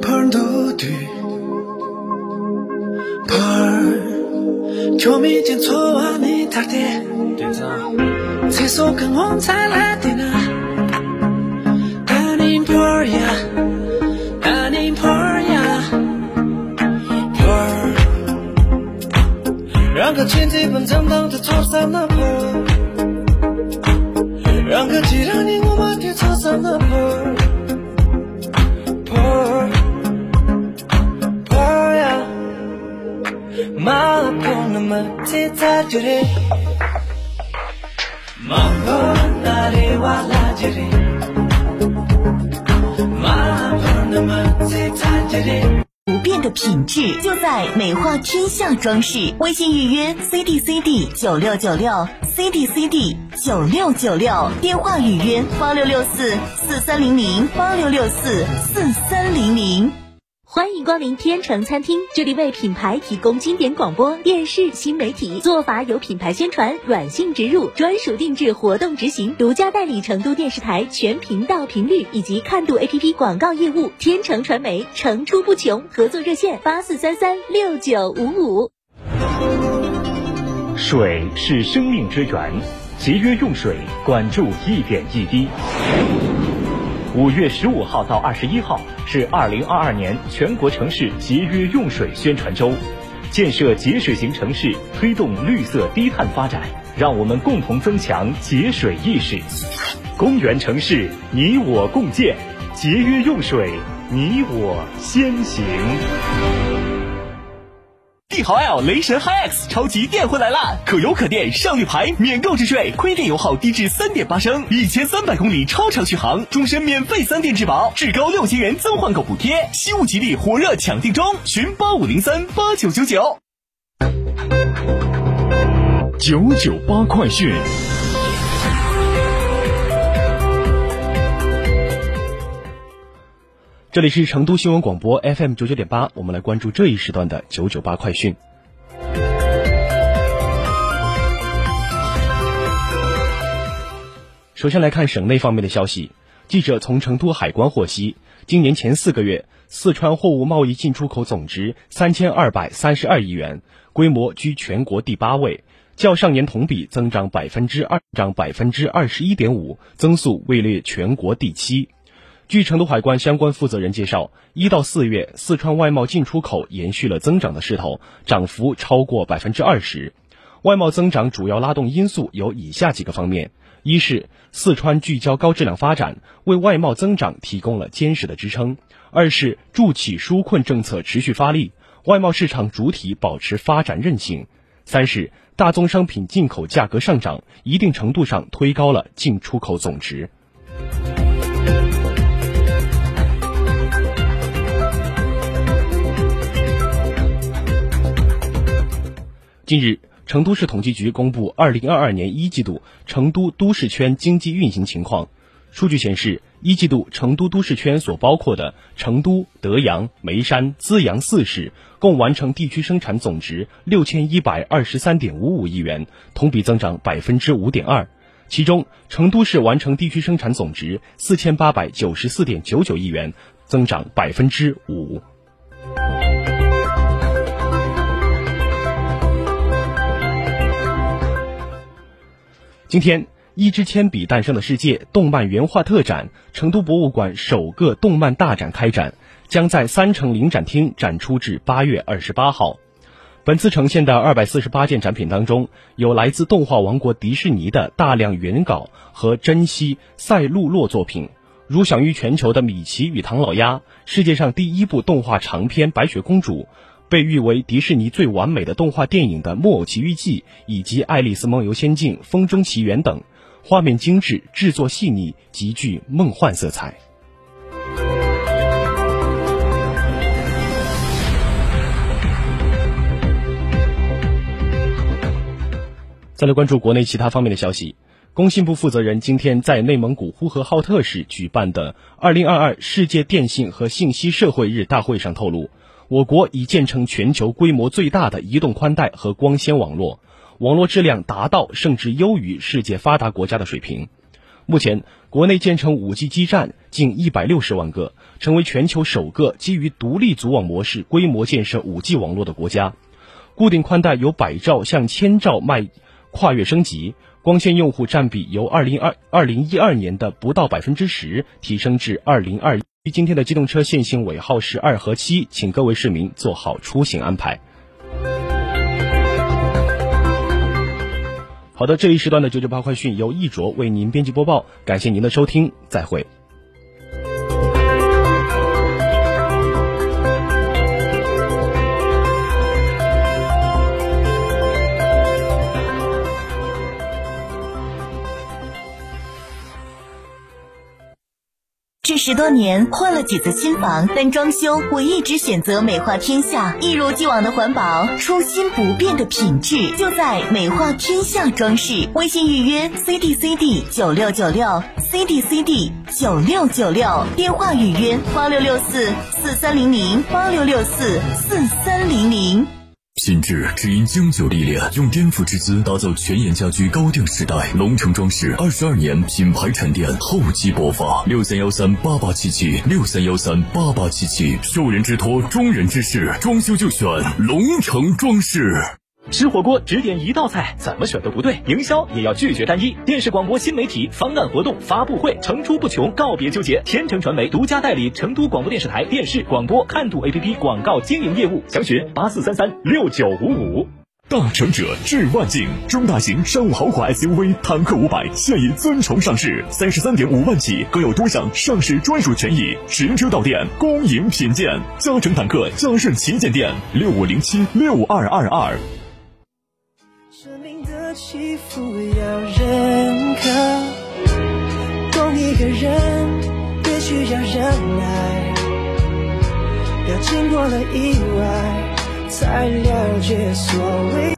펄도들 펄 교미진 초함이 탈때 세속은 혼살라디나 아닌 펄이야 아닌 펄이야 펄让个亲戚本正当的超三的펄让个既让你我马蹄超三的펄 제자들이 마음 나를 와라지리 마음 제자들이 不变的品质就在美化天下装饰。微信预约 CDCD9696 CDCD9696，电话预约86644300 欢迎光临天成餐厅，这里为品牌提供经典广播电视新媒体做法，有品牌宣传、软性植入、专属定制活动执行，独家代理成都电视台全频道频率以及看度 APP 广告业务。天成传媒层出不穷，合作热线84336955。 水是生命之源，节约用水，管住一点一滴。5月15号到21号是2022年全国城市节约用水宣传周，建设节水型城市，推动绿色低碳发展，让我们共同增强节水意识。公园城市，你我共建，节约用水，你我先行。 帝豪 L 雷神 HiX 超级电混来啦！可油可电，上绿牌，免购置税，亏电油耗低至 3.8 升，1300公里超长续航，终身免费3电质保，至高6000元增换购补贴，惜物吉利火热抢订中，询85038999。 998快讯。这里是成都新闻广播 FM 99.8，我们来关注这一时段的998快讯。首先来看省内方面的消息，记者从成都海关获悉，今年前4个月，四川货物贸易进出口总值3232亿元，规模居全国第8位，较上年同比增长21.5%，增速位列全国第7。据成都海关相关负责人介绍，1到4月，四川外贸进出口延续了增长的势头，涨幅超过20%。外贸增长主要拉动因素有以下几个方面：一是四川聚焦高质量发展，为外贸增长提供了坚实的支撑；二是助企纾困政策持续发力，外贸市场主体保持发展韧性；三是大宗商品进口价格上涨，一定程度上推高了进出口总值。近日，成都市统计局公布2022年1季度成都都市圈经济运行情况。数据显示，1季度成都都市圈所包括的成都、德阳、眉山、资阳4市共完成地区生产总值6123.55亿元，同比增长5.2%。其中，成都市完成地区生产总值4894.99亿元，增长5%。今天，一支铅笔诞生的世界动漫原画特展，成都博物馆首个动漫大展开展，将在3城领展厅展出至8月28号。本次呈现的248件展品当中，有来自动画王国迪士尼的大量原稿和珍稀赛璐珞作品，如享誉全球的米奇与唐老鸭，世界上第1部动画长篇白雪公主，被誉为迪士尼最完美的动画电影的《木偶奇遇记》，以及《爱丽丝梦游仙境》《风中奇缘》等，画面精致，制作细腻，极具梦幻色彩。再来关注国内其他方面的消息。工信部负责人今天在内蒙古呼和浩特市举办的2022世界电信和信息社会日大会上透露，我国已建成全球规模最大的移动宽带和光纤网络，网络质量达到甚至优于世界发达国家的水平。 目前，国内建成 5G 基站近160万个，成为全球首个基于独立组网模式规模建设 5G 网络的国家。固定宽带由100兆向1000兆跨越升级，光纤用户占比由2012年的不到 10%提升至2021。今天的机动车限行尾号是2和7，请各位市民做好出行安排。好的，这一时段的998快讯由易卓为您编辑播报，感谢您的收听，再会。 这10多年换了几次新房，但装修我一直选择美化天下，一如既往的环保，初心不变的品质，就在美化天下装饰。微信预约 CDCD9696 CDCD9696，电话预约86644300 86644300。 品质只因经久历练，用颠覆之姿打造全岩家居高定时代。龙城装饰22年品牌沉淀，厚积薄发。63138877 63138877，受人之托，忠人之事，装修就选龙城装饰。 吃火锅只点一道菜，怎么选都不对，营销也要拒绝单一。电视广播新媒体方案活动发布会层出不穷，告别纠结。天成传媒独家代理成都广播电视台电视广播看度 APP 广告经营业务，详询84336955。 大成者致万境，中大型商务豪华 SUV 坦克500现已尊崇上市，33.5万起，更有多项上市专属权益，实车到店，恭迎品鉴。嘉诚坦克嘉顺旗舰店65076222。 生命的起伏要认可，懂一个人也需要忍耐，要经过了意外才了解所谓。